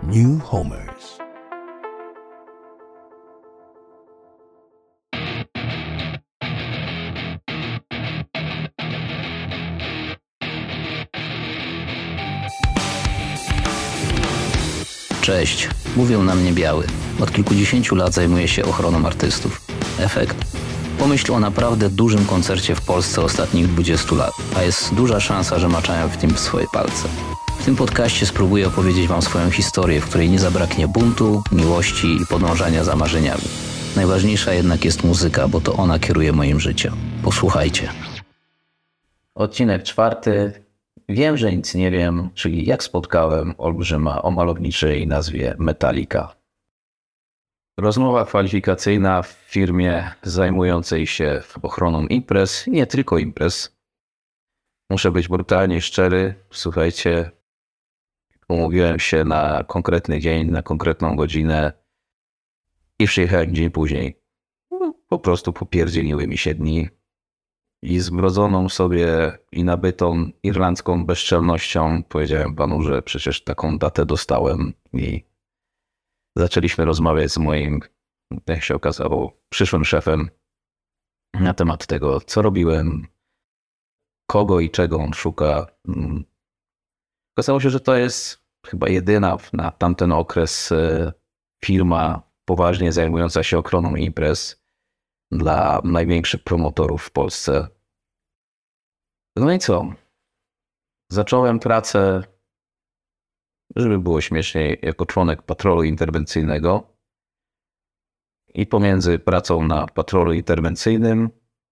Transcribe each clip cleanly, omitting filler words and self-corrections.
New Homers. Cześć, mówią na mnie Biały. Od kilkudziesięciu lat zajmuję się ochroną artystów. Efekt? Pomyśl o naprawdę dużym koncercie w Polsce ostatnich 20 lat, a jest duża szansa, że maczają w tym swoje palce. W tym podcaście spróbuję opowiedzieć Wam swoją historię, w której nie zabraknie buntu, miłości i podążania za marzeniami. Najważniejsza jednak jest muzyka, bo to ona kieruje moim życiem. Posłuchajcie. Odcinek 4. Wiem, że nic nie wiem, czyli jak spotkałem olbrzyma o malowniczej nazwie Metallica. Rozmowa kwalifikacyjna w firmie zajmującej się ochroną imprez, nie tylko imprez. Muszę być brutalnie szczery, słuchajcie, umówiłem się na konkretny dzień, na konkretną godzinę i przyjechałem dzień później. Po prostu popierdzieliły mi się dni. I zbrodzoną sobie i nabytą irlandzką bezczelnością powiedziałem panu, że przecież taką datę dostałem i zaczęliśmy rozmawiać z moim, jak się okazało, przyszłym szefem na temat tego, co robiłem, kogo i czego on szuka. Okazało się, że to jest chyba jedyna na tamten okres firma poważnie zajmująca się ochroną imprez dla największych promotorów w Polsce. No i co? Zacząłem pracę, żeby było śmieszniej, jako członek patrolu interwencyjnego. I pomiędzy pracą na patrolu interwencyjnym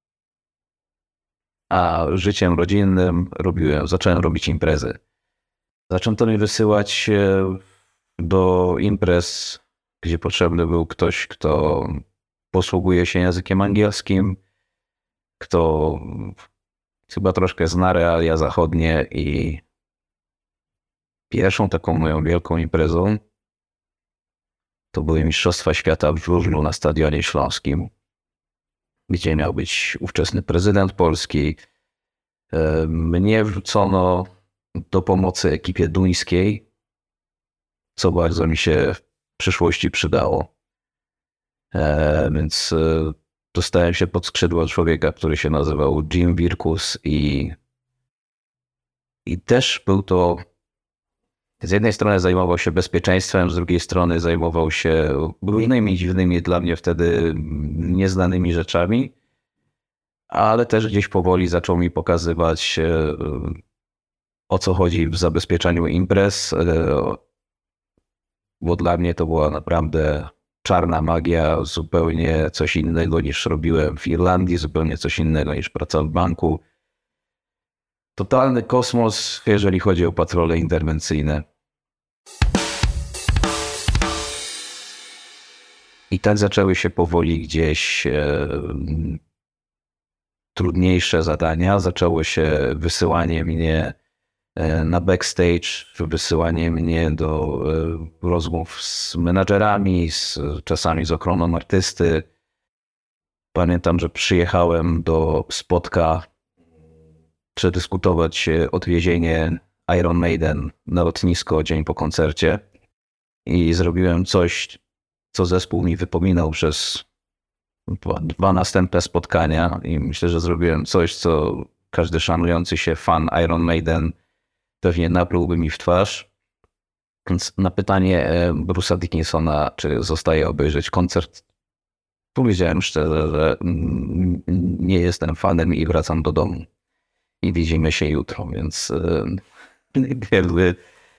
a życiem rodzinnym zacząłem robić imprezy. Zaczęto mnie wysyłać do imprez, gdzie potrzebny był ktoś, kto posługuje się językiem angielskim, kto chyba troszkę zna realia zachodnie i pierwszą taką moją wielką imprezą to były Mistrzostwa Świata w żużlu na Stadionie Śląskim, gdzie miał być ówczesny prezydent Polski. Mnie wrzucono do pomocy ekipie duńskiej, co bardzo mi się w przyszłości przydało. Więc dostałem się pod skrzydła człowieka, który się nazywał Jim Wirkus i też był to, z jednej strony zajmował się bezpieczeństwem, z drugiej strony zajmował się różnymi dziwnymi dla mnie wtedy nieznanymi rzeczami, ale też gdzieś powoli zaczął mi pokazywać, o co chodzi w zabezpieczaniu imprez, bo dla mnie to była naprawdę czarna magia, zupełnie coś innego niż robiłem w Irlandii, zupełnie coś innego niż praca w banku. Totalny kosmos, jeżeli chodzi o patrole interwencyjne. I tak zaczęły się powoli gdzieś trudniejsze zadania. Zaczęło się wysyłanie mnie na backstage, wysyłanie mnie do rozmów z menadżerami, czasami z ochroną artysty. Pamiętam, że przyjechałem do Spodka przedyskutować odwiezienie Iron Maiden na lotnisko dzień po koncercie i zrobiłem coś, co zespół mi wypominał przez dwa następne spotkania i myślę, że zrobiłem coś, co każdy szanujący się fan Iron Maiden pewnie naplułby mi w twarz. Więc na pytanie Bruce'a Dickinsona, czy zostaje obejrzeć koncert, powiedziałem szczerze, że nie jestem fanem i wracam do domu. I widzimy się jutro, więc jakby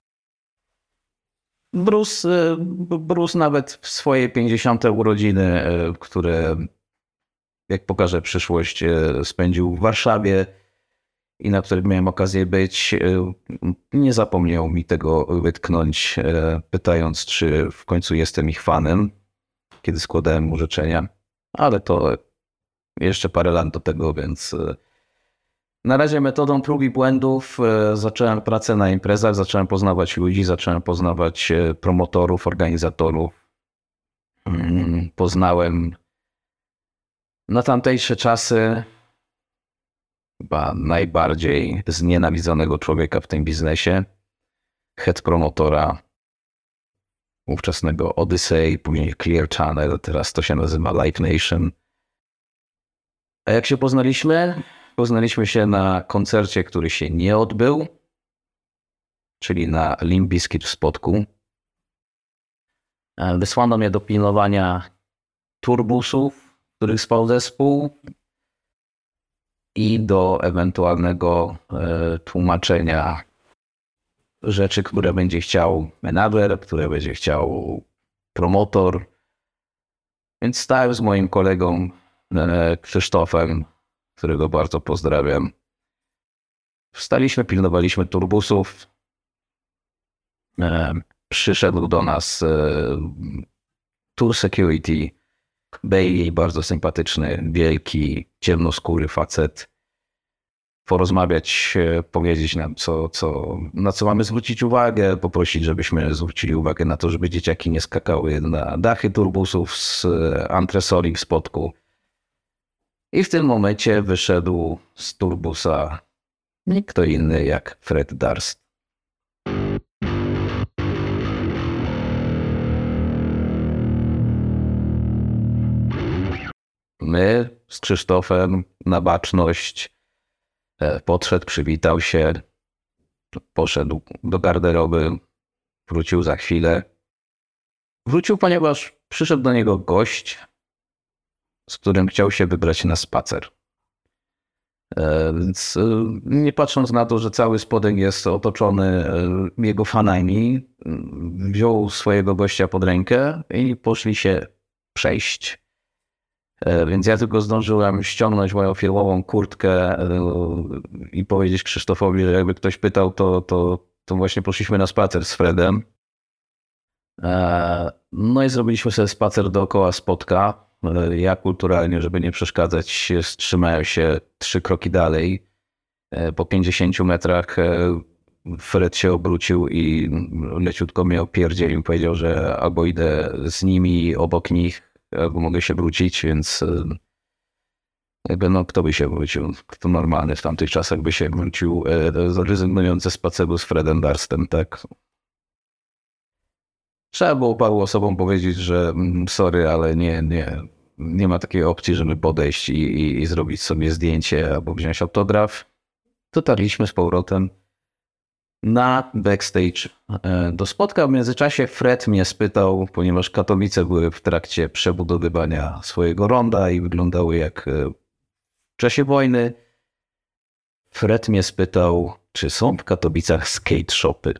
Bruce nawet w swoje 50. urodziny, które, jak pokaże przyszłość, spędził w Warszawie i na których miałem okazję być, nie zapomniał mi tego wytknąć, pytając, czy w końcu jestem ich fanem, kiedy składałem mu życzenia. Ale to jeszcze parę lat do tego, więc na razie metodą prób i błędów zacząłem pracę na imprezach, zacząłem poznawać ludzi, zacząłem poznawać promotorów, organizatorów. Poznałem na tamtejsze czasy chyba najbardziej znienawidzonego człowieka w tym biznesie, head promotora ówczesnego Odyssey, później Clear Channel, teraz to się nazywa Live Nation. A jak się poznaliśmy? Poznaliśmy się na koncercie, który się nie odbył, czyli na Limp Bizkit w Spodku. Wysłano mnie do pilnowania turbusów, w których spał zespół, i do ewentualnego tłumaczenia rzeczy, które będzie chciał menadżer, które będzie chciał promotor. Więc stałem z moim kolegą Krzysztofem, którego bardzo pozdrawiam. Wstaliśmy, pilnowaliśmy turbusów. Przyszedł do nas tour security, Bailey, bardzo sympatyczny, wielki, ciemnoskóry facet. Porozmawiać, powiedzieć nam, na co mamy zwrócić uwagę, poprosić, żebyśmy zwrócili uwagę na to, żeby dzieciaki nie skakały na dachy turbusów z antresoli w Spodku. I w tym momencie wyszedł z turbusa nie kto inny jak Fred Durst. My z Krzysztofem na baczność podszedł, przywitał się, poszedł do garderoby, wrócił za chwilę. Wrócił, ponieważ przyszedł do niego gość, z którym chciał się wybrać na spacer. Więc nie patrząc na to, że cały spodek jest otoczony jego fanami, wziął swojego gościa pod rękę i poszli się przejść. Więc ja tylko zdążyłem ściągnąć moją firmową kurtkę i powiedzieć Krzysztofowi, że jakby ktoś pytał, to właśnie poszliśmy na spacer z Fredem. No i zrobiliśmy sobie spacer dookoła Spodka. Ja kulturalnie, żeby nie przeszkadzać, wstrzymałem się 3 kroki dalej. Po 50 metrach Fred się obrócił i leciutko mnie opierdzielił. Powiedział, że albo idę z nimi, obok nich, albo mogę się wrócić, więc jakby no kto by się wrócił? Kto normalny w tamtych czasach by się wrócił, rezygnując ze spaceru z Fredem Durstem, tak? Trzeba było paru osobom powiedzieć, że sorry, ale nie ma takiej opcji, żeby podejść i zrobić sobie zdjęcie albo wziąć autograf. Dotarliśmy z powrotem na backstage do Spodka. W międzyczasie Fred mnie spytał, ponieważ Katowice były w trakcie przebudowywania swojego ronda i wyglądały jak w czasie wojny. Fred mnie spytał, czy są w Katowicach skate shopy.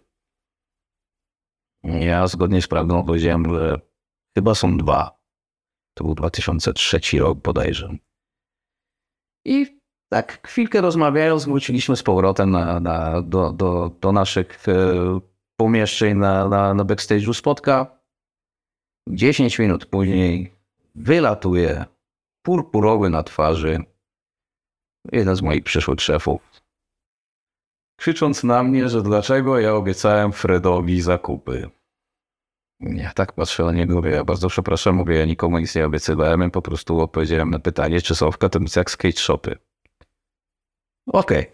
Ja zgodnie z prawdą powiedziałem, że chyba są 2. To był 2003 rok bodajże. I tak chwilkę rozmawiając, wróciliśmy z powrotem do naszych pomieszczeń na backstage'u Spodka. 10 minut później wylatuje purpurowy na twarzy jeden z moich przyszłych szefów, krzycząc na mnie, że dlaczego ja obiecałem Fredowi zakupy. Ja tak patrzę na niego, mówię, ja bardzo przepraszam, mówię, ja nikomu nic nie obiecywałem, ja po prostu odpowiedziałem na pytanie, czy są w Katowicach skate shopy. Okej.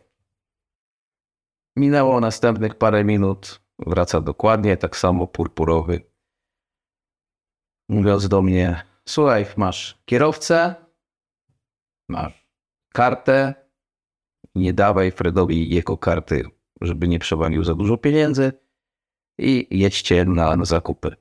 Minęło następnych parę minut, wraca dokładnie tak samo purpurowy, mówiąc do mnie, słuchaj, masz kierowcę, masz kartę, nie dawaj Fredowi jego karty, żeby nie przewalił za dużo pieniędzy i jedźcie na zakupy.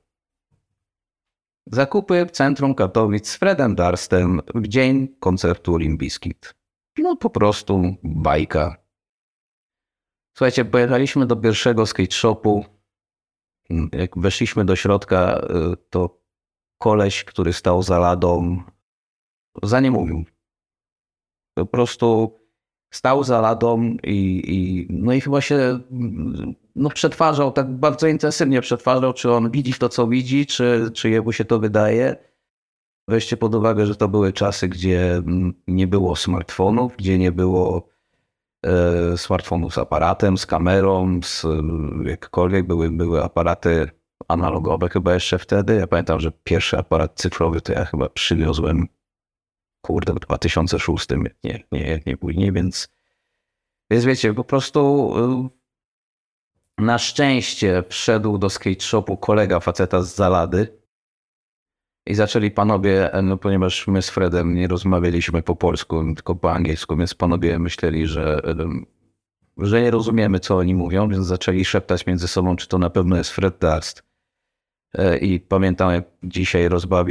Zakupy w centrum Katowic z Fredem Durstem w dzień koncertu Limp Bizkit. No po prostu bajka. Słuchajcie, pojechaliśmy do pierwszego skate shopu. Jak weszliśmy do środka, to koleś, który stał za ladą, za nie mówił. Po prostu stał za ladą no i chyba się przetwarzał, tak bardzo intensywnie przetwarzał, czy on widzi to, co widzi, czy jemu się to wydaje. Weźcie pod uwagę, że to były czasy, gdzie nie było smartfonów, gdzie nie było smartfonów z aparatem, z kamerą, jakkolwiek. Były aparaty analogowe chyba jeszcze wtedy. Ja pamiętam, że pierwszy aparat cyfrowy to ja chyba przywiozłem w 2006, nie później, więc wiecie, po prostu Na szczęście wszedł do skate shopu kolega faceta z Zalady i zaczęli panowie, no ponieważ my z Fredem nie rozmawialiśmy po polsku, tylko po angielsku, więc panowie myśleli, że nie rozumiemy, co oni mówią, więc zaczęli szeptać między sobą, czy to na pewno jest Fred Durst. I pamiętam, jak dzisiaj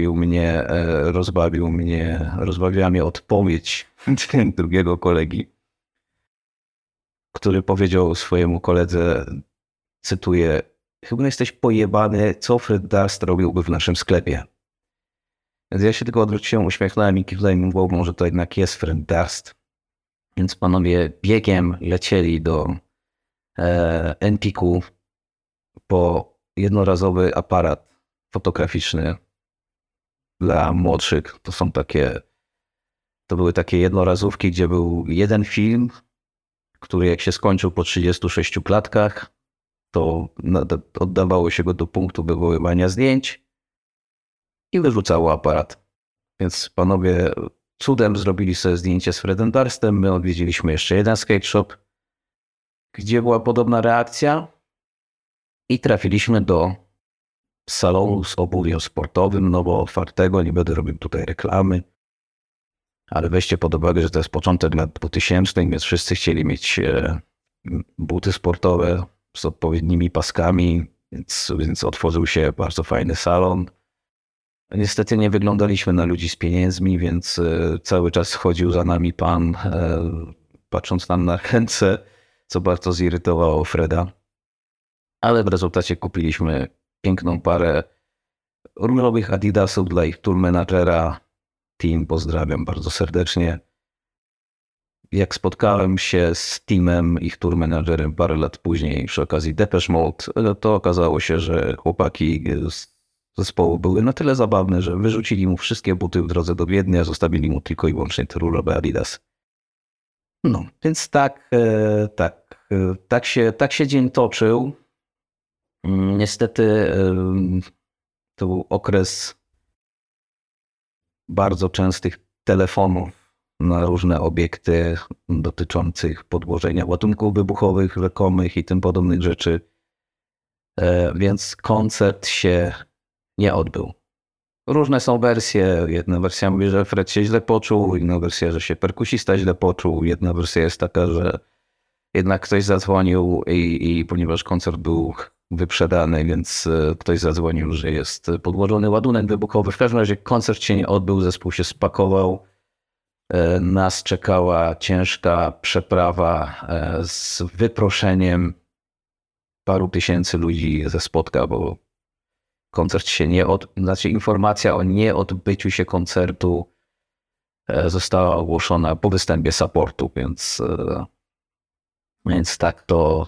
rozbawiła mnie odpowiedź drugiego kolegi, który powiedział swojemu koledze, cytuję, chyba jesteś pojebany, co Fred Durst robiłby w naszym sklepie. Więc ja się tylko odwróciłem, uśmiechnąłem i kiwnąłem mu głową, że to jednak jest Fred Durst. Więc panowie biegiem lecieli do Empiku po jednorazowy aparat fotograficzny dla młodszych. To były takie jednorazówki, gdzie był jeden film, który jak się skończył po 36 klatkach, to oddawało się go do punktu wywoływania zdjęć i wyrzucało aparat. Więc panowie cudem zrobili sobie zdjęcie z Fredem Durstem. My odwiedziliśmy jeszcze jeden skate shop, gdzie była podobna reakcja i trafiliśmy do salonu z obuwiem sportowym, nowo otwartego. Nie będę robił tutaj reklamy, ale weźcie pod uwagę, że to jest początek lat 2000, więc wszyscy chcieli mieć buty sportowe z odpowiednimi paskami, więc otworzył się bardzo fajny salon. Niestety nie wyglądaliśmy na ludzi z pieniędzmi, więc cały czas chodził za nami pan, patrząc nam na ręce, co bardzo zirytowało Freda. Ale w rezultacie kupiliśmy piękną parę różowych Adidasów dla ich tour managera. Team, pozdrawiam bardzo serdecznie. Jak spotkałem się z teamem, ich tour managerem parę lat później przy okazji Depeche Mode, to okazało się, że chłopaki z zespołu były na tyle zabawne, że wyrzucili mu wszystkie buty w drodze do Wiednia, zostawili mu tylko i wyłącznie te różowe Adidas. No, więc tak się dzień toczył. Niestety to był okres bardzo częstych telefonów na różne obiekty dotyczących podłożenia ładunków wybuchowych, rzekomych i tym podobnych rzeczy. Więc koncert się nie odbył. Różne są wersje. Jedna wersja mówi, że Fred się źle poczuł, inna wersja, że się perkusista źle poczuł. Jedna wersja jest taka, że jednak ktoś zadzwonił i ponieważ koncert był wyprzedany, więc ktoś zadzwonił, że jest podłożony ładunek wybuchowy. W każdym razie koncert się nie odbył, zespół się spakował. Nas czekała ciężka przeprawa z wyproszeniem paru tysięcy ludzi ze spotka, bo koncert się informacja o nieodbyciu się koncertu została ogłoszona po występie supportu, więc tak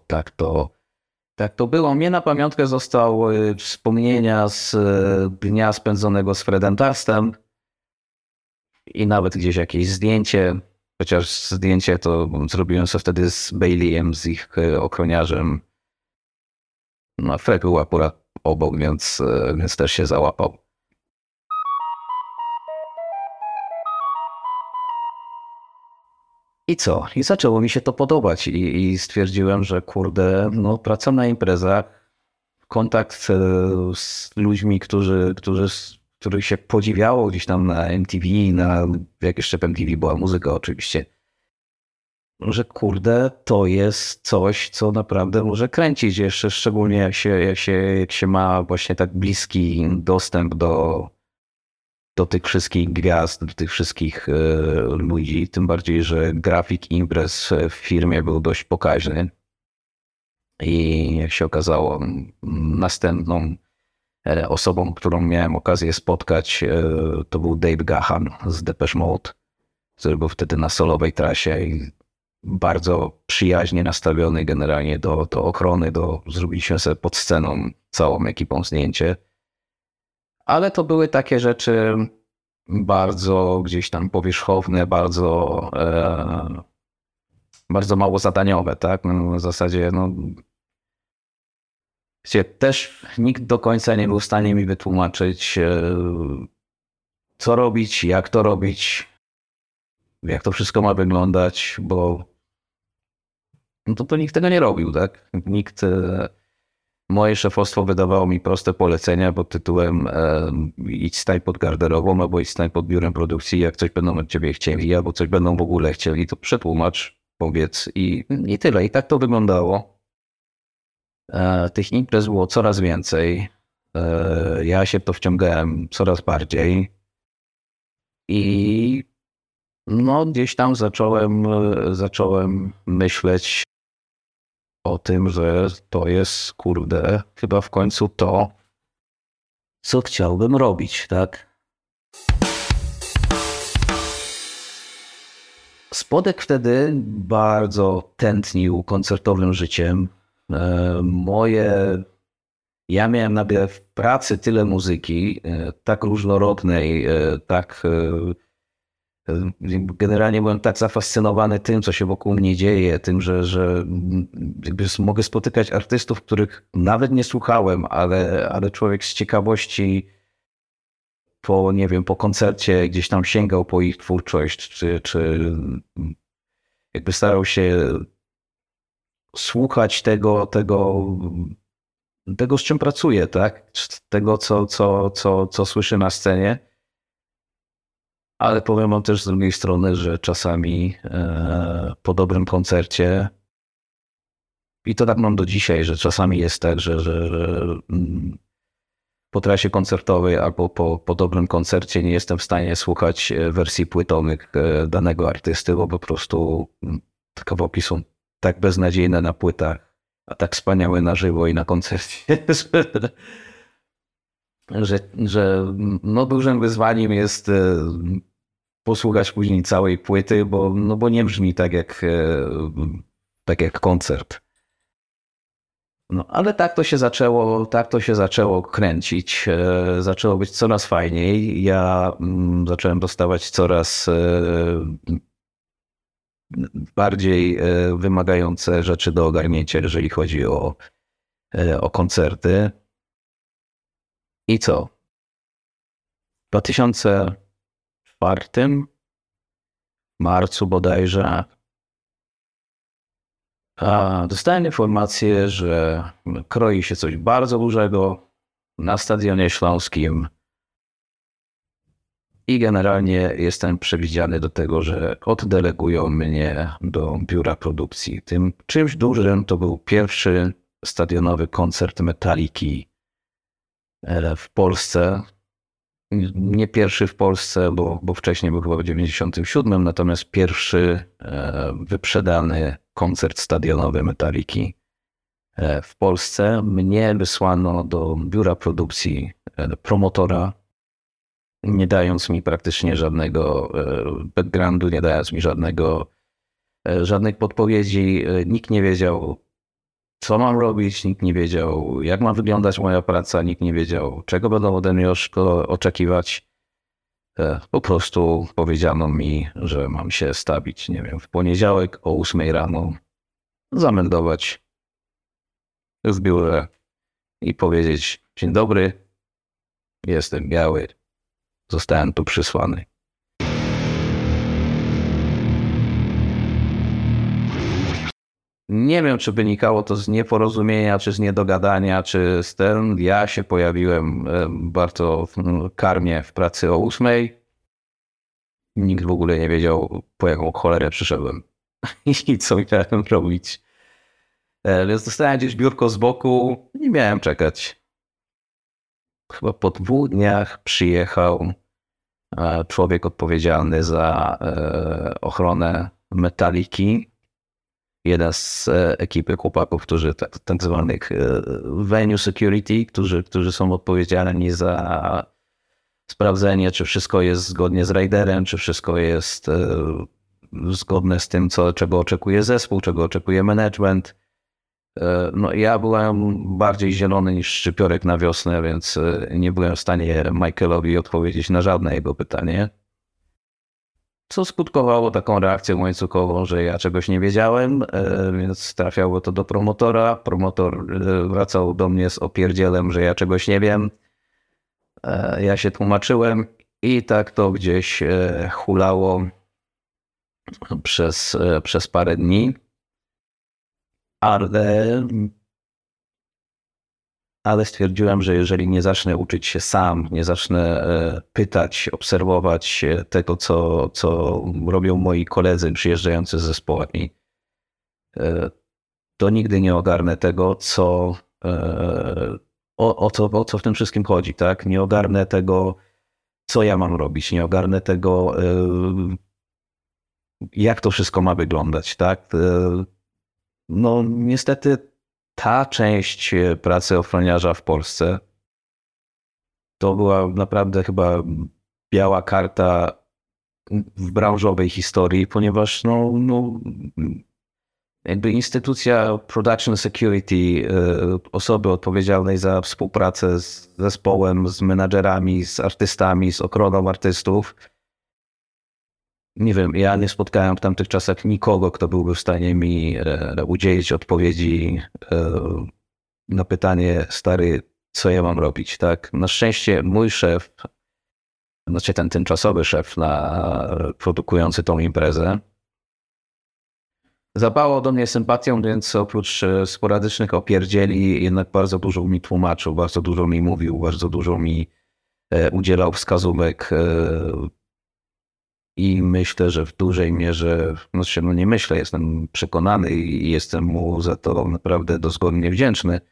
to było. Mnie na pamiątkę zostały wspomnienia z dnia spędzonego z Fredem Durstem i nawet gdzieś jakieś zdjęcie, chociaż zdjęcie to zrobiłem sobie wtedy z Baileyem, z ich ochroniarzem. No, Fred był akurat obok, więc też się załapał. I co? I zaczęło mi się to podobać i stwierdziłem, że kurde, no praca na imprezach, kontakt z ludźmi, których się podziwiało gdzieś tam na MTV, jak jeszcze w MTV była muzyka oczywiście, że kurde, to jest coś, co naprawdę może kręcić, jeszcze szczególnie jak się ma właśnie tak bliski dostęp do tych wszystkich gwiazd, do tych wszystkich ludzi, tym bardziej, że grafik imprez w firmie był dość pokaźny. I jak się okazało, następną osobą, którą miałem okazję spotkać, to był Dave Gahan z Depeche Mode, który był wtedy na solowej trasie i bardzo przyjaźnie nastawiony generalnie do ochrony, zrobiliśmy sobie pod sceną całą ekipą zdjęcie. Ale to były takie rzeczy bardzo gdzieś tam powierzchowne, bardzo mało zadaniowe, tak? No, w zasadzie, też nikt do końca nie był w stanie mi wytłumaczyć, co robić, jak to robić, jak to wszystko ma wyglądać, bo no to nikt tego nie robił, tak? Moje szefostwo wydawało mi proste polecenia pod tytułem idź stań pod garderobą, albo idź stań pod biurem produkcji, jak coś będą od ciebie chcieli, albo coś będą w ogóle chcieli, to przetłumacz, powiedz i tyle. I tak to wyglądało. Tych imprez było coraz więcej. Ja się w to wciągałem coraz bardziej i no gdzieś tam zacząłem myśleć o tym, że to jest, kurde, chyba w końcu to, co chciałbym robić, tak? Spodek wtedy bardzo tętnił koncertowym życiem. Ja miałem nagle w pracy tyle muzyki, tak różnorodnej, tak generalnie byłem tak zafascynowany tym, co się wokół mnie dzieje, tym, że jakby mogę spotykać artystów, których nawet nie słuchałem, ale człowiek z ciekawości nie wiem, po koncercie gdzieś tam sięgał po ich twórczość, czy jakby starał się słuchać tego, z czym pracuje, tak? Tego, co słyszy na scenie. Ale powiem wam też z drugiej strony, że czasami po dobrym koncercie, i to tak mam do dzisiaj, że czasami jest tak, że po trasie koncertowej albo po dobrym koncercie nie jestem w stanie słuchać wersji płytowych danego artysty, bo po prostu te kawałki są tak beznadziejne na płytach, a tak wspaniałe na żywo i na koncercie, że no dużym wyzwaniem jest posłuchać później całej płyty, bo nie brzmi tak jak koncert. No, ale tak to się zaczęło kręcić. Zaczęło być coraz fajniej. Ja zacząłem dostawać coraz bardziej wymagające rzeczy do ogarnięcia, jeżeli chodzi o koncerty. I co? W 2004 marcu bodajże dostałem informację, że kroi się coś bardzo dużego na Stadionie Śląskim i generalnie jestem przewidziany do tego, że oddelegują mnie do biura produkcji. Tym czymś dużym to był pierwszy stadionowy koncert Metaliki w Polsce. Nie pierwszy w Polsce, bo wcześniej był chyba w 97, natomiast pierwszy wyprzedany koncert stadionowy Metaliki w Polsce. Mnie wysłano do biura produkcji promotora, nie dając mi praktycznie żadnego backgroundu, nie dając mi żadnych podpowiedzi. Nikt nie wiedział, co mam robić, nikt nie wiedział, jak ma wyglądać moja praca, nikt nie wiedział, czego będą ode mnie oczekiwać. Po prostu powiedziano mi, że mam się stawić, nie wiem, w poniedziałek o 8 rano, zameldować w biurze i powiedzieć: dzień dobry, jestem biały, zostałem tu przysłany. Nie wiem, czy wynikało to z nieporozumienia, czy z niedogadania, czy z tym. Ja się pojawiłem bardzo karmnie w pracy o 8. Nikt w ogóle nie wiedział, po jaką cholerę przyszedłem i co miałem robić. Więc dostałem gdzieś biurko z boku i nie miałem czekać. Chyba po 2 dniach przyjechał człowiek odpowiedzialny za ochronę Metaliki. Jeden z ekipy chłopaków, którzy tak zwanych venue security, którzy są odpowiedzialni za sprawdzenie, czy wszystko jest zgodnie z riderem, czy wszystko jest zgodne z tym, czego oczekuje zespół, czego oczekuje management. No, ja byłem bardziej zielony niż szczypiorek na wiosnę, więc nie byłem w stanie Michaelowi odpowiedzieć na żadne jego pytanie. Co skutkowało taką reakcją łańcuchową, że ja czegoś nie wiedziałem, więc trafiało to do promotora. Promotor wracał do mnie z opierdzielem, że ja czegoś nie wiem. Ja się tłumaczyłem i tak to gdzieś hulało przez parę dni. ale stwierdziłem, że jeżeli nie zacznę uczyć się sam, nie zacznę pytać, obserwować tego, co robią moi koledzy przyjeżdżający z zespołami, to nigdy nie ogarnę tego, o co w tym wszystkim chodzi, tak? Nie ogarnę tego, co ja mam robić, nie ogarnę tego, jak to wszystko ma wyglądać, tak? No niestety ta część pracy ochroniarza w Polsce to była naprawdę chyba biała karta w branżowej historii, ponieważ jakby instytucja Production Security, osoby odpowiedzialnej za współpracę z zespołem, z menadżerami, z artystami, z ochroną artystów. Nie wiem, ja nie spotkałem w tamtych czasach nikogo, kto byłby w stanie mi udzielić odpowiedzi na pytanie, stary, co ja mam robić, tak? Na szczęście mój szef, znaczy ten tymczasowy szef produkujący tą imprezę, zapało do mnie sympatią, więc oprócz sporadycznych opierdzieli jednak bardzo dużo mi tłumaczył, bardzo dużo mi mówił, bardzo dużo mi udzielał wskazówek i myślę, że w dużej mierze, nie myślę, jestem przekonany i jestem mu za to naprawdę dozgonnie wdzięczny.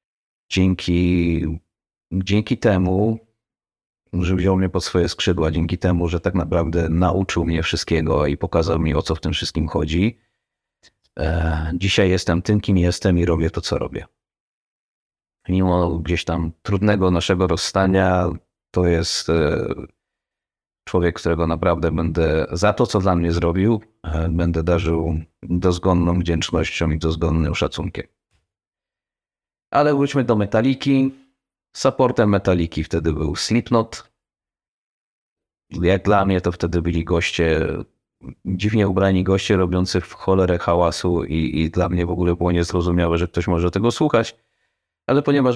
Dzięki temu, że wziął mnie pod swoje skrzydła, dzięki temu, że tak naprawdę nauczył mnie wszystkiego i pokazał mi, o co w tym wszystkim chodzi. Dzisiaj jestem tym, kim jestem i robię to, co robię. Mimo gdzieś tam trudnego naszego rozstania, to jest człowiek, którego naprawdę będę za to, co dla mnie zrobił, będę darzył dozgonną wdzięcznością i dozgonnym szacunkiem. Ale wróćmy do Metaliki. Supportem Metaliki wtedy był Slipknot. Jak dla mnie to wtedy byli goście, dziwnie ubrani goście robiący w cholerę hałasu i dla mnie w ogóle było niezrozumiałe, że ktoś może tego słuchać. Ale ponieważ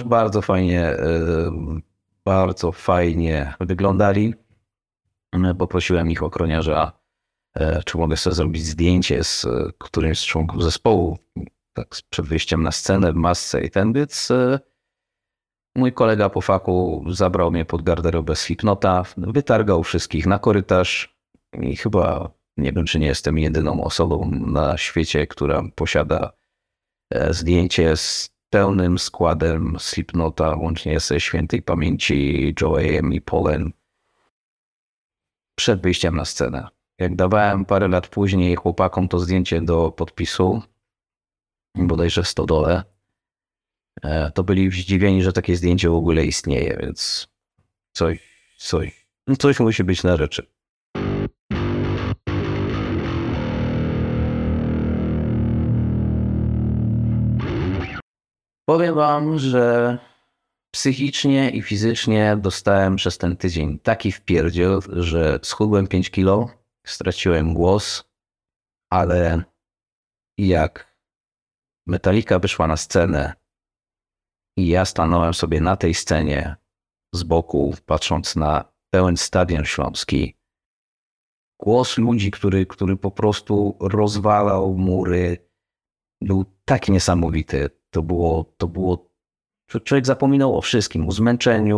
bardzo fajnie wyglądali, poprosiłem ich ochroniarza, czy mogę sobie zrobić zdjęcie z którymś z członków zespołu, tak przed wyjściem na scenę w masce i ten, więc mój kolega po fachu zabrał mnie pod garderobę Slipknota, wytargał wszystkich na korytarz i chyba, nie wiem, czy nie jestem jedyną osobą na świecie, która posiada zdjęcie z pełnym składem Slipknota, łącznie ze świętej pamięci Joeyem i Paulem, przed wyjściem na scenę. Jak dawałem parę lat później chłopakom to zdjęcie do podpisu, bodajże w Stodole, to byli zdziwieni, że takie zdjęcie w ogóle istnieje, więc coś musi być na rzeczy. Powiem wam, że psychicznie i fizycznie dostałem przez ten tydzień taki wpierdziel, że schudłem 5 kilo, straciłem głos, ale jak Metallica wyszła na scenę i ja stanąłem sobie na tej scenie z boku, patrząc na pełen Stadion Śląski, głos ludzi, który po prostu rozwalał mury, był tak niesamowity. To było człowiek zapominał o wszystkim, o zmęczeniu,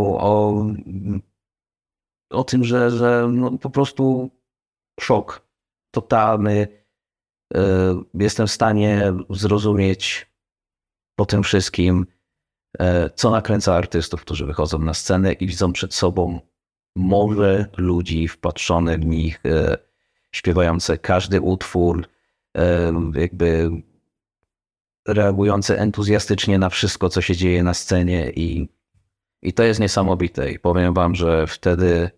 o tym, że po prostu szok totalny. Jestem w stanie zrozumieć po tym wszystkim, co nakręca artystów, którzy wychodzą na scenę i widzą przed sobą morze ludzi wpatrzone w nich, śpiewające każdy utwór, jakby reagujące entuzjastycznie na wszystko, co się dzieje na scenie i to jest niesamowite. I powiem wam, że wtedy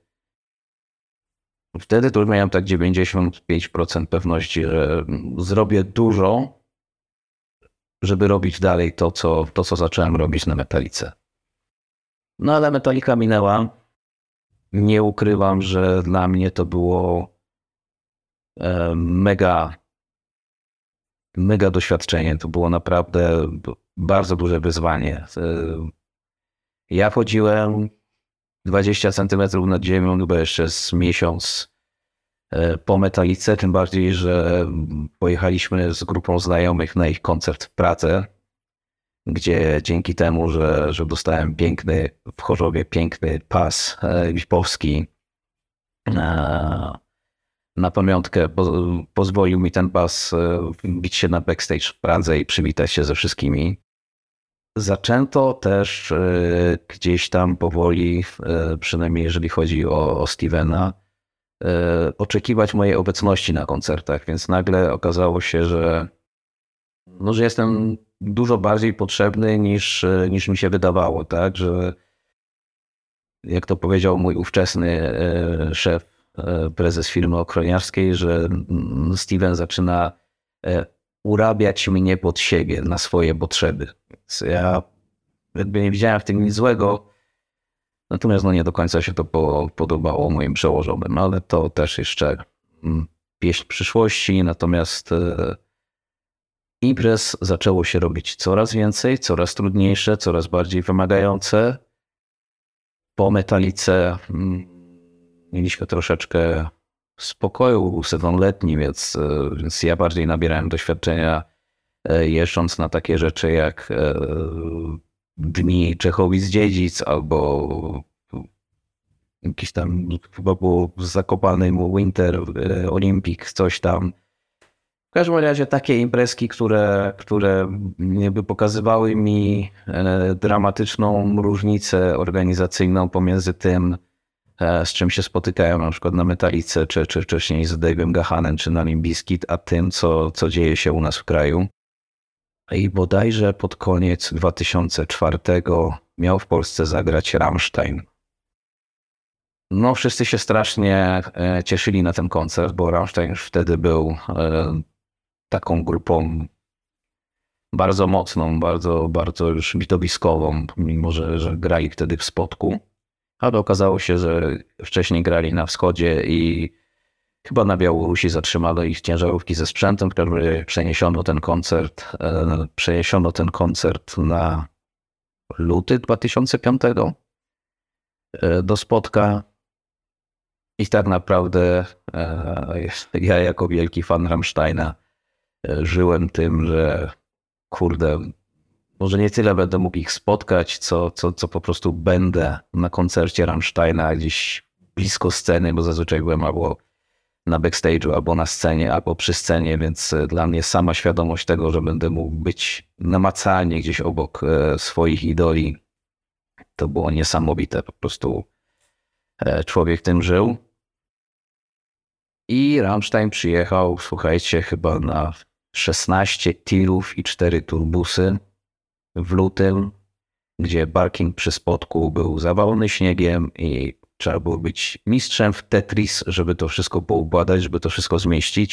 to już miałem tak 95% pewności, że zrobię dużo, żeby robić dalej to, co zacząłem robić na Metalice. No ale Metallica minęła. Nie ukrywam, że dla mnie to było mega doświadczenie. To było naprawdę bardzo duże wyzwanie. Ja chodziłem 20 cm nad ziemią chyba jeszcze z miesiąc po Metalice, tym bardziej, że pojechaliśmy z grupą znajomych na ich koncert w Pradze, gdzie dzięki temu, że dostałem w Chorzowie piękny pas VIP-owski na pamiątkę, pozwolił mi ten pas wbić się na backstage w Pradze i przywitać się ze wszystkimi. Zaczęto też gdzieś tam powoli, przynajmniej jeżeli chodzi o Stevena, oczekiwać mojej obecności na koncertach, więc nagle okazało się, że jestem dużo bardziej potrzebny niż mi się wydawało, tak, że jak to powiedział mój ówczesny szef, prezes firmy ochroniarskiej, że Steven zaczyna urabiać mnie pod siebie, na swoje potrzeby. Więc ja jakby nie widziałem w tym nic złego, natomiast nie do końca się to podobało moim przełożonym, ale to też jeszcze pieśń przyszłości, natomiast imprez zaczęło się robić coraz więcej, coraz trudniejsze, coraz bardziej wymagające. Po Metalice mieliśmy troszeczkę spokoju, sezon letni, więc ja bardziej nabierałem doświadczenia jeżdżąc na takie rzeczy jak Dni Czechowic-Dziedzic albo jakiś tam chyba było zakopany Winter Olympic, coś tam. W każdym razie takie imprezki, które jakby pokazywały mi dramatyczną różnicę organizacyjną pomiędzy tym, z czym się spotykałem na przykład na Metalice, czy wcześniej z Dave'em Gahanem, czy na Limp Bizkit, a tym, co dzieje się u nas w kraju. I bodajże pod koniec 2004 miał w Polsce zagrać Rammstein. Wszyscy się strasznie cieszyli na ten koncert, bo Rammstein już wtedy był taką grupą bardzo mocną, bardzo już widowiskową, mimo że grali wtedy w Spodku. Ale okazało się, że wcześniej grali na wschodzie i chyba na Białorusi zatrzymano ich ciężarówki ze sprzętem, który przeniesiono ten koncert na luty 2005 do Spodka. I tak naprawdę ja jako wielki fan Rammsteina żyłem tym, że kurde, może nie tyle będę mógł ich spotkać, co po prostu będę na koncercie Rammsteina gdzieś blisko sceny, bo zazwyczaj byłem albo na backstage'u, albo na scenie, albo przy scenie, więc dla mnie sama świadomość tego, że będę mógł być namacalnie gdzieś obok swoich idoli, to było niesamowite. Po prostu człowiek tym żył. I Rammstein przyjechał, słuchajcie, chyba na 16 tirów i 4 turbusy w lutym, gdzie parking przy Spodku był zawalony śniegiem i trzeba było być mistrzem w Tetris, żeby to wszystko poukładać, żeby to wszystko zmieścić.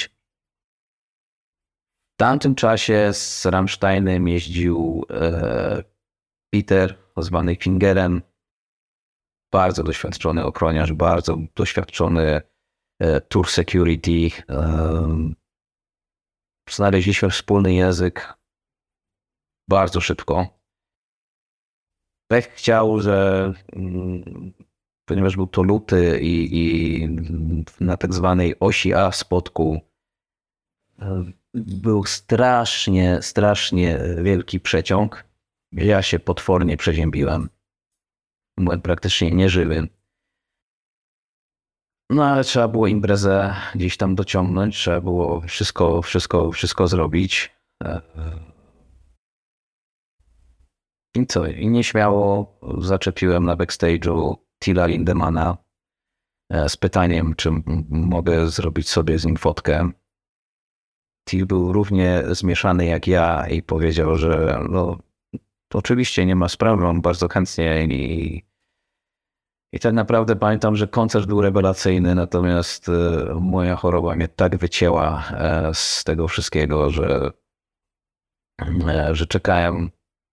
W tamtym czasie z Rammsteinem jeździł Peter, zwany Fingerem, bardzo doświadczony ochroniarz, bardzo doświadczony tour security. Znaleźliśmy wspólny język bardzo szybko. Pech chciał, że ponieważ był to luty i na tak zwanej osi A w Spodku był strasznie wielki przeciąg. Ja się potwornie przeziębiłem. Byłem praktycznie nieżywy. Ale trzeba było imprezę gdzieś tam dociągnąć, trzeba było wszystko zrobić. I co? I nieśmiało zaczepiłem na backstage'u Tilla Lindemana z pytaniem, czy mogę zrobić sobie z nim fotkę. Till był równie zmieszany jak ja i powiedział, że to oczywiście nie ma sprawy, on bardzo chętnie i tak naprawdę pamiętam, że koncert był rewelacyjny, natomiast moja choroba mnie tak wycięła z tego wszystkiego, że czekałem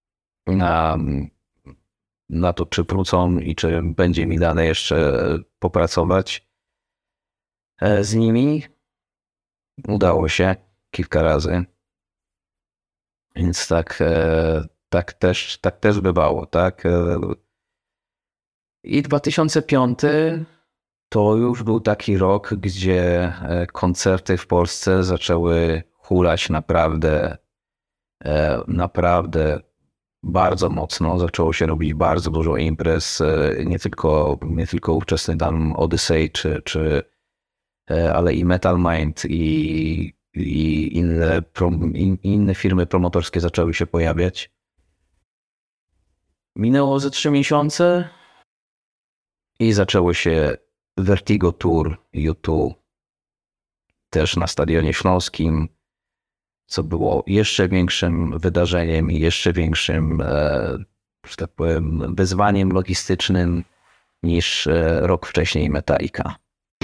na to, czy wrócą i czy będzie mi dane jeszcze popracować z nimi. Udało się kilka razy. Więc tak też bywało, tak? I 2005 to już był taki rok, gdzie koncerty w Polsce zaczęły hulać naprawdę bardzo mocno. Zaczęło się robić bardzo dużo imprez, nie tylko ówczesny tam Odyssey, ale i Metal Mind i inne firmy promotorskie zaczęły się pojawiać. Minęło ze 3 miesiące i zaczęło się Vertigo Tour U2 też na Stadionie Śląskim, co było jeszcze większym wydarzeniem i jeszcze większym, że tak powiem, wyzwaniem logistycznym niż rok wcześniej Metallica.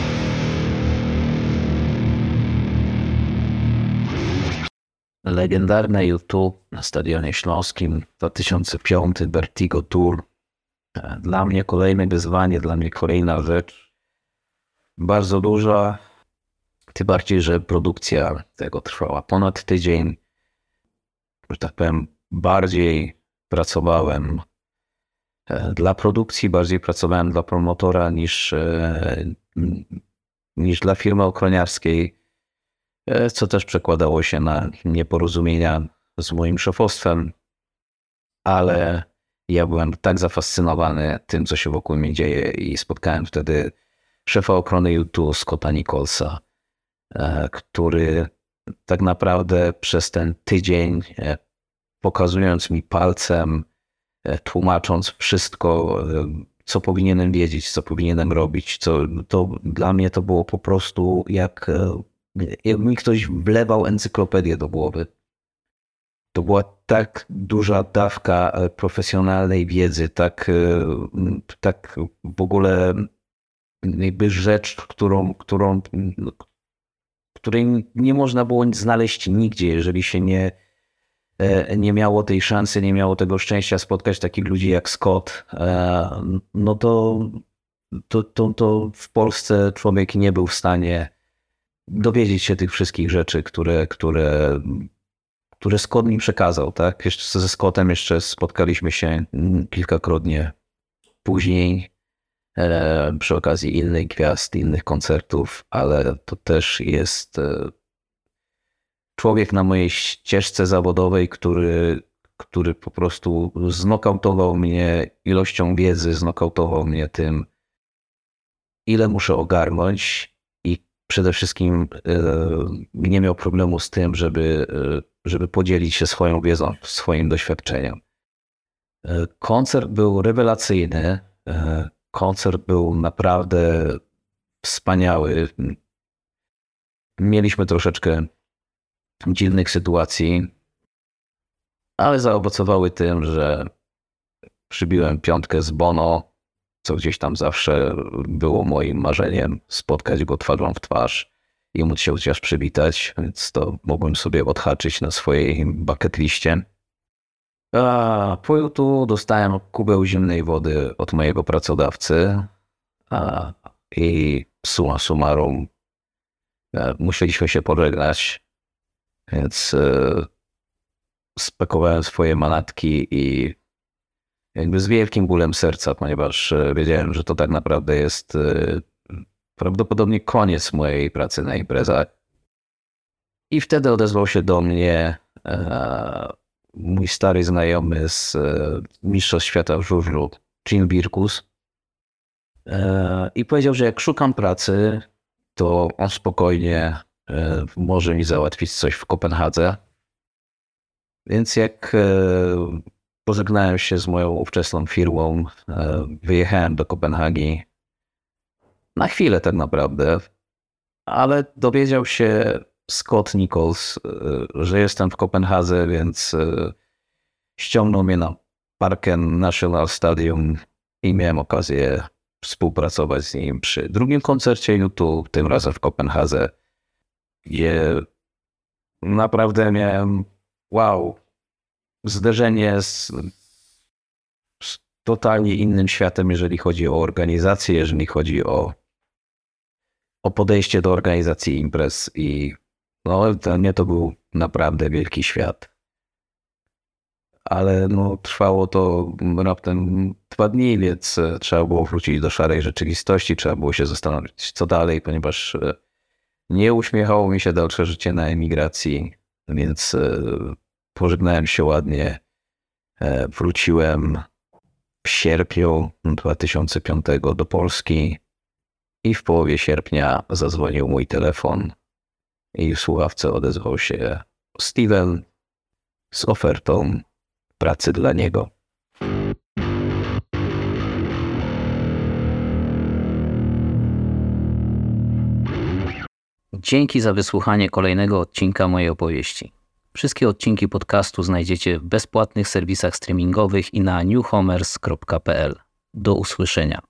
Legendarne U2 na Stadionie Śląskim, 2005 Vertigo Tour. Dla mnie kolejne wyzwanie, dla mnie kolejna rzecz bardzo duża, tym bardziej, że produkcja tego trwała ponad tydzień. Że tak powiem, bardziej pracowałem dla produkcji, bardziej pracowałem dla promotora niż dla firmy ochroniarskiej, co też przekładało się na nieporozumienia z moim szefostwem, ale ja byłem tak zafascynowany tym, co się wokół mnie dzieje i spotkałem wtedy szefa ochrony U2, Scotta Nicholsa, który tak naprawdę przez ten tydzień, pokazując mi palcem, tłumacząc wszystko, co powinienem wiedzieć, co powinienem robić, to dla mnie to było po prostu jakby mi ktoś wlewał encyklopedię do głowy. To była tak duża dawka profesjonalnej wiedzy, tak w ogóle jakby rzecz, której nie można było znaleźć nigdzie, jeżeli się nie miało tej szansy, nie miało tego szczęścia spotkać takich ludzi jak Scott, no to w Polsce człowiek nie był w stanie dowiedzieć się tych wszystkich rzeczy, które Scott mi przekazał, tak? Jeszcze ze Scottem jeszcze spotkaliśmy się kilkakrotnie później przy okazji innych gwiazd, innych koncertów, ale to też jest człowiek na mojej ścieżce zawodowej, który po prostu znokautował mnie ilością wiedzy, znokautował mnie tym, ile muszę ogarnąć i przede wszystkim nie miał problemu z tym, żeby podzielić się swoją wiedzą, swoim doświadczeniem. Koncert był rewelacyjny. Koncert był naprawdę wspaniały. Mieliśmy troszeczkę dziwnych sytuacji, ale zaowocowały tym, że przybiłem 5 z Bono, co gdzieś tam zawsze było moim marzeniem, spotkać go twarzą w twarz i móc się chociaż przywitać, więc to mogłem sobie odhaczyć na swojej bucket liście. A po YouTube dostałem kubeł zimnej wody od mojego pracodawcy i summa summarum musieliśmy się pożegnać, więc spakowałem swoje manatki i jakby z wielkim bólem serca, ponieważ wiedziałem, że to tak naprawdę jest prawdopodobnie koniec mojej pracy na imprezach. I wtedy odezwał się do mnie mój stary znajomy z Mistrzostw Świata w żużlu, Jim Birkus, i powiedział, że jak szukam pracy, to on spokojnie może mi załatwić coś w Kopenhadze. Więc jak pożegnałem się z moją ówczesną firmą, wyjechałem do Kopenhagi na chwilę tak naprawdę, ale dowiedział się Scott Nichols, że jestem w Kopenhadze, więc ściągnął mnie na Parken National Stadium i miałem okazję współpracować z nim przy drugim koncercie YouTube, tym razem w Kopenhadze, gdzie naprawdę miałem zderzenie z totalnie innym światem, jeżeli chodzi o organizację, jeżeli chodzi o podejście do organizacji imprez i dla mnie to był naprawdę wielki świat. ale no, trwało to raptem 2 dni, więc trzeba było wrócić do szarej rzeczywistości, trzeba było się zastanowić, co dalej, ponieważ nie uśmiechało mi się dalsze życie na emigracji, więc pożegnałem się ładnie. Wróciłem w sierpniu 2005 do Polski i w połowie sierpnia zadzwonił mój telefon i w słuchawce odezwał się Steven z ofertą pracy dla niego. Dzięki za wysłuchanie kolejnego odcinka mojej opowieści. Wszystkie odcinki podcastu znajdziecie w bezpłatnych serwisach streamingowych i na newhomers.pl. Do usłyszenia.